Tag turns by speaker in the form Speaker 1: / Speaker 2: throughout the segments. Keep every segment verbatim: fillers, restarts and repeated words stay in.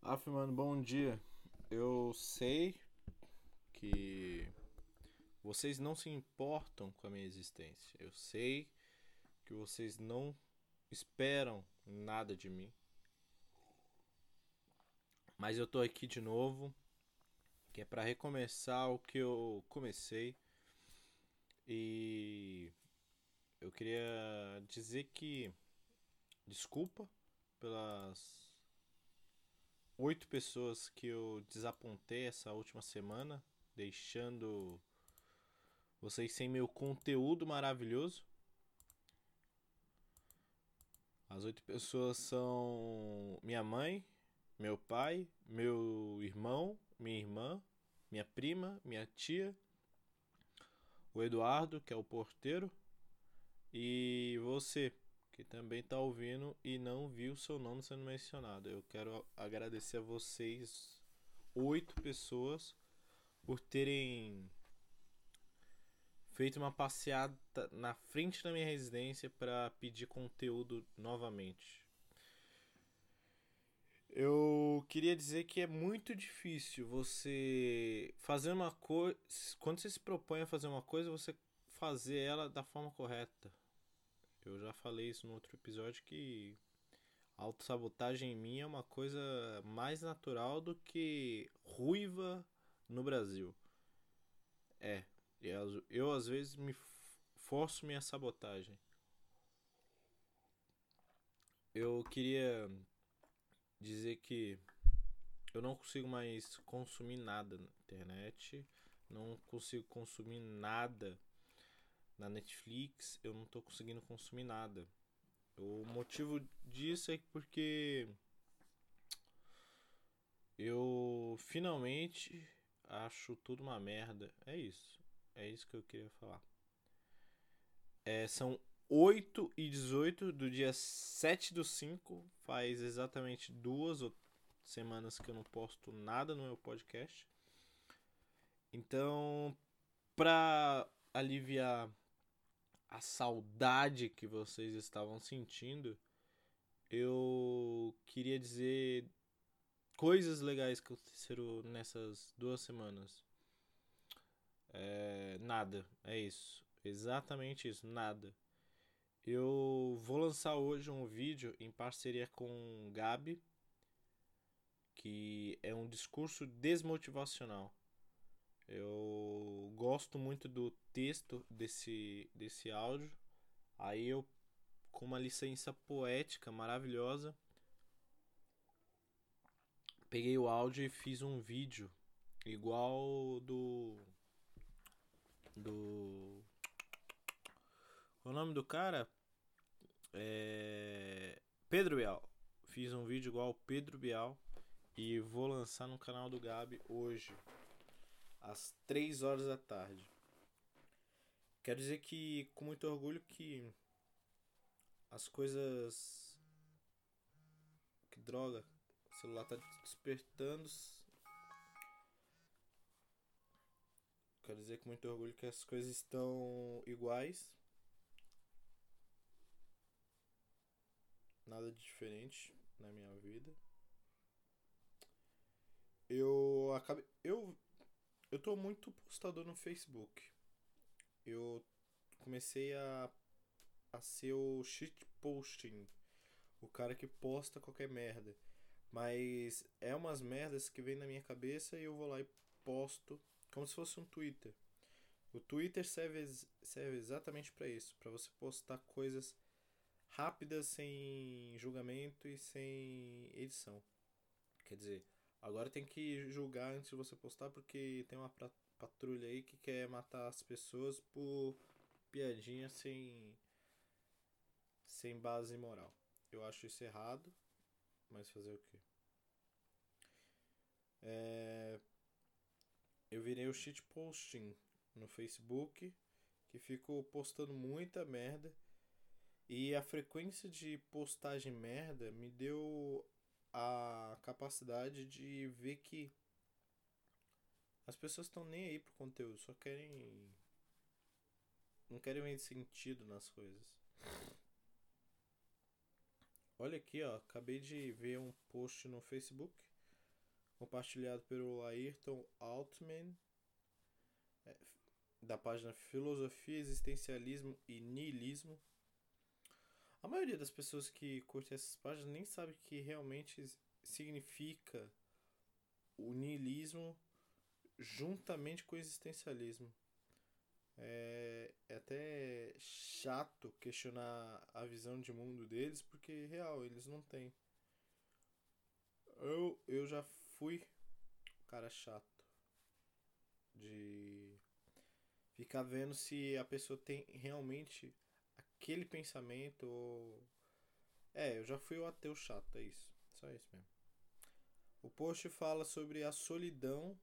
Speaker 1: Af, mano, bom dia. Eu sei que vocês não se importam com a minha existência. Eu sei que vocês não esperam nada de mim. Mas eu tô aqui de novo, que é pra recomeçar o que eu comecei. E eu queria dizer que desculpa pelas oito pessoas que eu desapontei essa última semana, deixando vocês sem meu conteúdo maravilhoso. As oito pessoas são minha mãe, meu pai, meu irmão, minha irmã, minha prima, minha tia, o Eduardo, que é o porteiro, e você, que também está ouvindo e não viu seu nome sendo mencionado. Eu quero agradecer a vocês, oito pessoas, por terem feito uma passeada na frente da minha residência para pedir conteúdo novamente. Eu queria dizer que é muito difícil você fazer uma coisa. Quando você se propõe a fazer uma coisa, você fazer ela da forma correta. Eu já falei isso no outro episódio que a autossabotagem em mim é uma coisa mais natural do que ruiva no Brasil. É, eu, eu às vezes me forço minha sabotagem. Eu queria dizer que eu não consigo mais consumir nada na internet, não consigo consumir nada na Netflix, eu não tô conseguindo consumir nada. O motivo disso é porque eu finalmente acho tudo uma merda. É isso. É isso que eu queria falar. É, são oito e dezoito do dia sete do cinco. Faz exatamente duas semanas que eu não posto nada no meu podcast. Então, pra aliviar a saudade que vocês estavam sentindo, eu queria dizer coisas legais que aconteceram nessas duas semanas. É, nada, é isso. Exatamente isso, nada. Eu vou lançar hoje um vídeo em parceria com o Gabi, que é um discurso desmotivacional. Eu gosto muito do texto desse, desse áudio. Aí eu, com uma licença poética maravilhosa, peguei o áudio e fiz um vídeo igual do. Do. Qual é o nome do cara? É. Pedro Bial. Fiz um vídeo igual ao Pedro Bial e vou lançar no canal do Gabi hoje, às três horas da tarde. Quero dizer que, com muito orgulho, que as coisas. Que droga, o celular tá despertando. Quero dizer com muito orgulho que as coisas estão iguais. Nada de diferente na minha vida. Eu acabei. Eu, eu tô muito postador no Facebook. Eu comecei a, a ser o shitposting. O cara que posta qualquer merda. Mas é umas merdas que vem na minha cabeça e eu vou lá e posto como se fosse um Twitter. O Twitter serve, serve exatamente para isso, para você postar coisas rápidas, sem julgamento e sem edição. Quer dizer, agora tem que julgar antes de você postar porque tem uma patrulha aí que quer matar as pessoas por piadinha sem sem base moral. Eu acho isso errado, mas fazer o quê? É, eu virei o shitposting no Facebook, que fico postando muita merda. E a frequência de postagem merda me deu a capacidade de ver que as pessoas estão nem aí pro conteúdo, só querem. Não querem ver sentido nas coisas. Olha aqui, ó. Acabei de ver um post no Facebook compartilhado pelo Ayrton Altman, é, da página Filosofia, Existencialismo e Niilismo. A maioria das pessoas que curtem essas páginas nem sabe o que realmente significa o niilismo juntamente com o existencialismo. É, é até chato questionar a visão de mundo deles, porque, real, eles não têm. Eu, eu já fui um cara chato de ficar vendo se a pessoa tem realmente aquele pensamento ou... É, eu já fui o ateu chato, é isso. Só isso mesmo. O post fala sobre a solidão.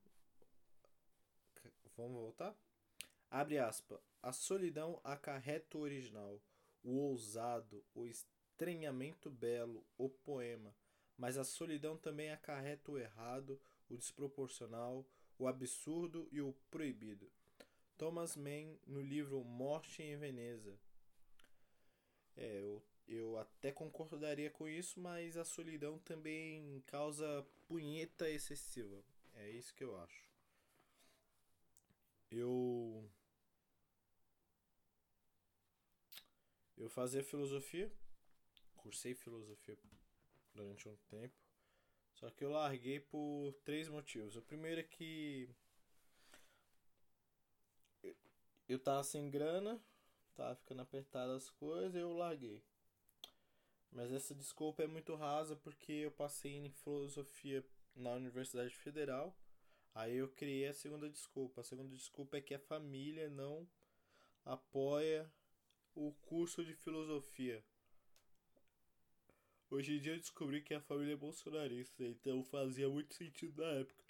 Speaker 1: Vamos voltar? Abre aspas. A solidão acarreta o original, o ousado, o estranhamento belo, o poema. Mas a solidão também acarreta o errado, o desproporcional, o absurdo e o proibido. Thomas Mann, no livro Morte em Veneza. É, eu, eu até concordaria com isso, mas a solidão também causa punheta excessiva. É isso que eu acho. Eu eu fazia filosofia, cursei filosofia durante um tempo, só que eu larguei por três motivos. O primeiro é que eu tava sem grana, tava ficando apertado as coisas e eu larguei. Mas essa desculpa é muito rasa porque eu passei em filosofia na Universidade Federal. Aí eu criei a segunda desculpa. A segunda desculpa é que a família não apoia o curso de filosofia. Hoje em dia eu descobri que a família é bolsonarista, então fazia muito sentido na época.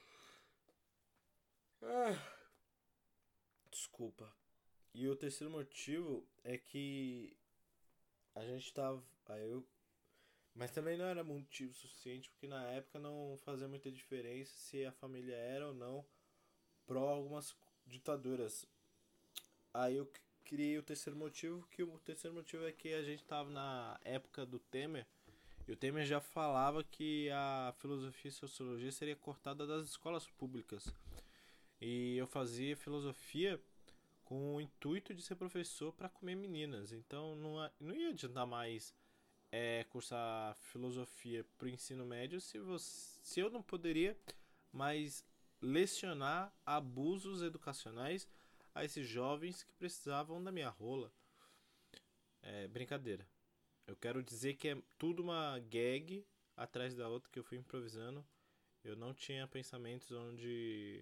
Speaker 1: Ah, desculpa. E o terceiro motivo é que a gente tava. Aí eu. Mas também não era motivo suficiente, porque na época não fazia muita diferença se a família era ou não pró algumas ditaduras. Aí eu criei o terceiro motivo, que o terceiro motivo é que a gente tava na época do Temer, e o Temer já falava que a filosofia e sociologia seria cortada das escolas públicas. E eu fazia filosofia com o intuito de ser professor para comer meninas. Então não, não ia adiantar mais é, cursar filosofia pro ensino médio se, você, se eu não poderia mais lecionar abusos educacionais a esses jovens que precisavam da minha rola. É brincadeira. Eu quero dizer que é tudo uma gag atrás da outra que eu fui improvisando. Eu não tinha pensamentos onde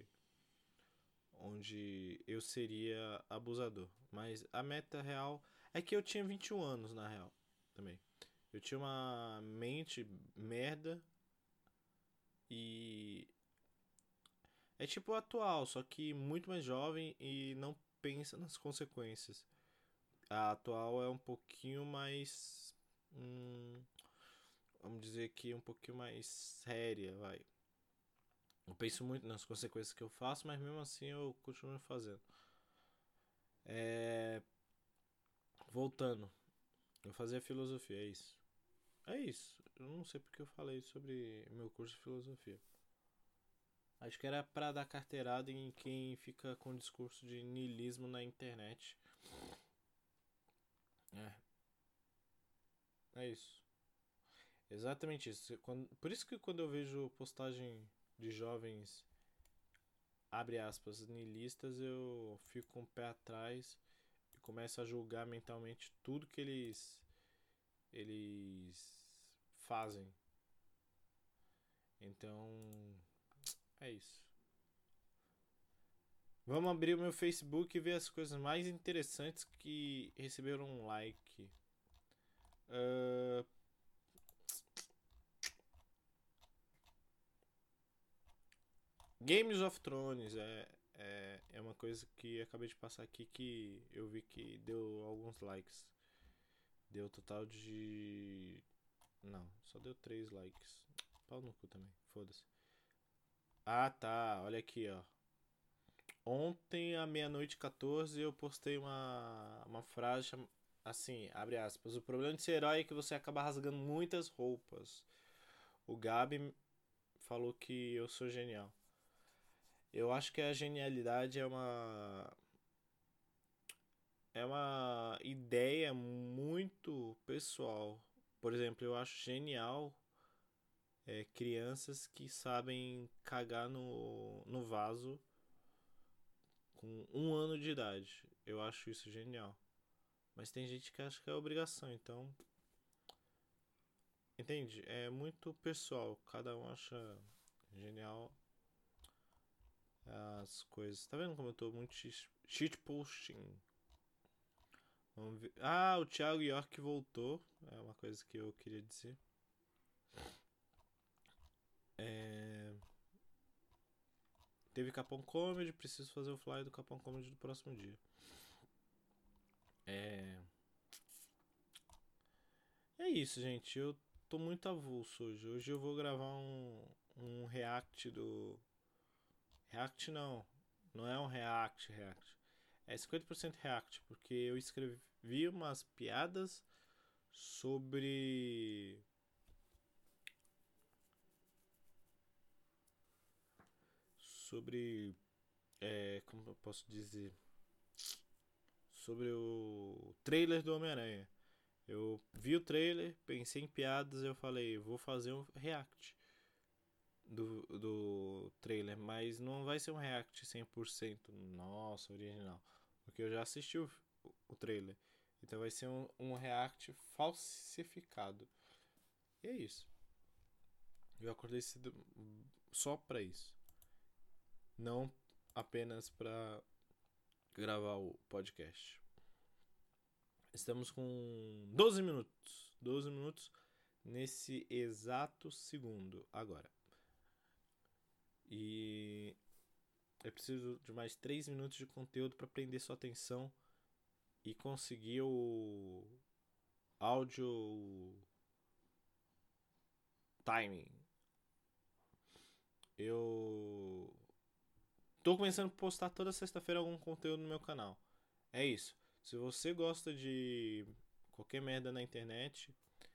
Speaker 1: onde eu seria abusador, mas a meta real é que eu tinha vinte e um anos na real também. Eu tinha uma mente merda e é tipo o atual, só que muito mais jovem e não pensa nas consequências. A atual é um pouquinho mais. Hum, vamos dizer que um pouquinho mais séria, vai. Eu penso muito nas consequências que eu faço, mas mesmo assim eu continuo fazendo. É... Voltando, eu fazia filosofia, é isso. É isso. Eu não sei porque eu falei sobre meu curso de filosofia. Acho que era pra dar carteirada em quem fica com discurso de niilismo na internet. É, é isso. Exatamente isso. Quando, por isso que quando eu vejo postagem de jovens, abre aspas, niilistas, eu fico com o pé atrás e começo a julgar mentalmente tudo que eles eles fazem. Então, é isso. Vamos abrir o meu Facebook e ver as coisas mais interessantes que receberam um like. Uh, Games of Thrones é, é, é uma coisa que acabei de passar aqui que eu vi que deu alguns likes. Deu total de. Não, só deu três likes. Pau no cu também, foda-se. Ah tá, olha aqui ó. Ontem à meia-noite e quatorze eu postei uma, uma frase cham... assim, abre aspas. O problema de ser herói é que você acaba rasgando muitas roupas. O Gabi falou que eu sou genial. Eu acho que a genialidade é uma é uma ideia muito pessoal. Por exemplo, eu acho genial é, crianças que sabem cagar no, no vaso com um ano de idade. Eu acho isso genial. Mas tem gente que acha que é obrigação, então. Entende? É muito pessoal. Cada um acha genial as coisas. Tá vendo como eu tô muito shit posting? Vamos ver. Ah, o Thiago York voltou. É uma coisa que eu queria dizer. É... Teve Capão Comedy. Preciso fazer o flyer do Capão Comedy do próximo dia. É. É isso, gente. Eu tô muito avulso hoje. Hoje eu vou gravar um, um react do. React não. Não é um react, react. É cinquenta por cento react, porque eu escrevi umas piadas sobre. Sobre. É, como eu posso dizer? Sobre o trailer do Homem-Aranha. Eu vi o trailer, pensei em piadas, eu falei, vou fazer um react do, do trailer, mas não vai ser um react cem por cento nossa, original, porque eu já assisti o, o trailer. Então vai ser um, um react falsificado. E é isso. Eu acordei cedo só pra isso. Não apenas pra gravar o podcast. Estamos com doze minutos. doze minutos nesse exato segundo agora. E eu preciso de mais três minutos de conteúdo para prender sua atenção e conseguir o áudio timing. Eu tô começando a postar toda sexta-feira algum conteúdo no meu canal. É isso. Se você gosta de qualquer merda na internet,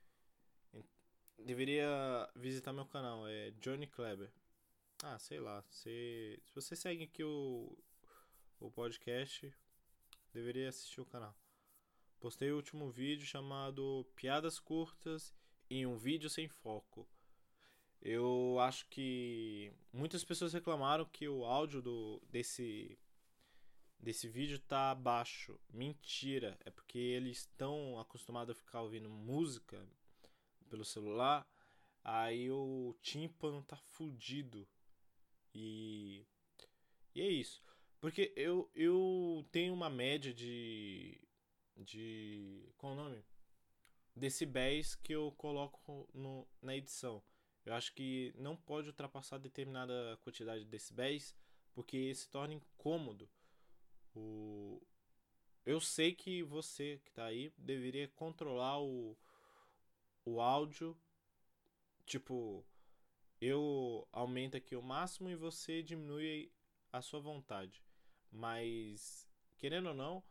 Speaker 1: deveria visitar meu canal. É Johnny Kleber. Ah, sei lá. Se, se você segue aqui o, o podcast, deveria assistir o canal. Postei o último vídeo chamado Piadas Curtas em um vídeo sem foco. Eu acho que muitas pessoas reclamaram que o áudio do, desse, desse vídeo tá baixo. Mentira, é porque eles estão acostumados a ficar ouvindo música pelo celular. Aí o tímpano tá fudido. E, e é isso. Porque eu, eu tenho uma média de. de. Qual é o nome? Decibéis que eu coloco no, na edição. Eu acho que não pode ultrapassar determinada quantidade de decibéis, porque se torna incômodo. O... Eu sei que você que está aí deveria controlar o, o áudio. Tipo, eu aumento aqui o máximo e você diminui a sua vontade. Mas, querendo ou não,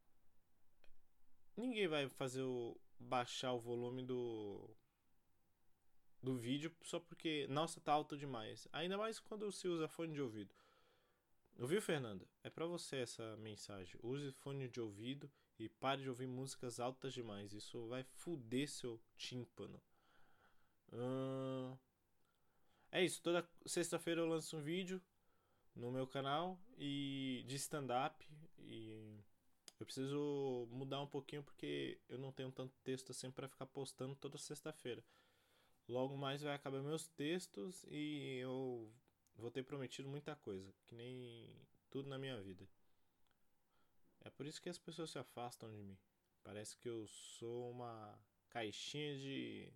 Speaker 1: ninguém vai fazer o baixar o volume do do vídeo só porque, nossa, tá alto demais. Ainda mais quando se usa fone de ouvido. Ouviu, Fernanda? É pra você essa mensagem. Use fone de ouvido e pare de ouvir músicas altas demais. Isso vai foder seu tímpano. Hum... É isso. Toda sexta-feira eu lanço um vídeo no meu canal e de stand-up. E eu preciso mudar um pouquinho porque eu não tenho tanto texto assim pra ficar postando toda sexta-feira. Logo mais vai acabar meus textos e eu vou ter prometido muita coisa, que nem tudo na minha vida. É por isso que as pessoas se afastam de mim. Parece que eu sou uma caixinha de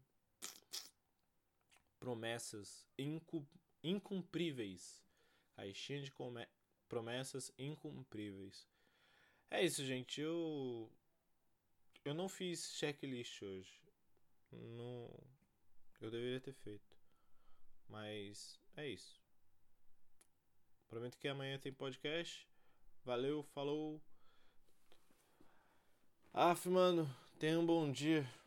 Speaker 1: promessas incu- incumpríveis. Caixinha de come- promessas incumpríveis. É isso, gente. Eu eu não fiz checklist hoje. Não, eu deveria ter feito. Mas é isso. Prometo que amanhã tem podcast. Valeu, falou. Aff, mano, tenha um bom dia.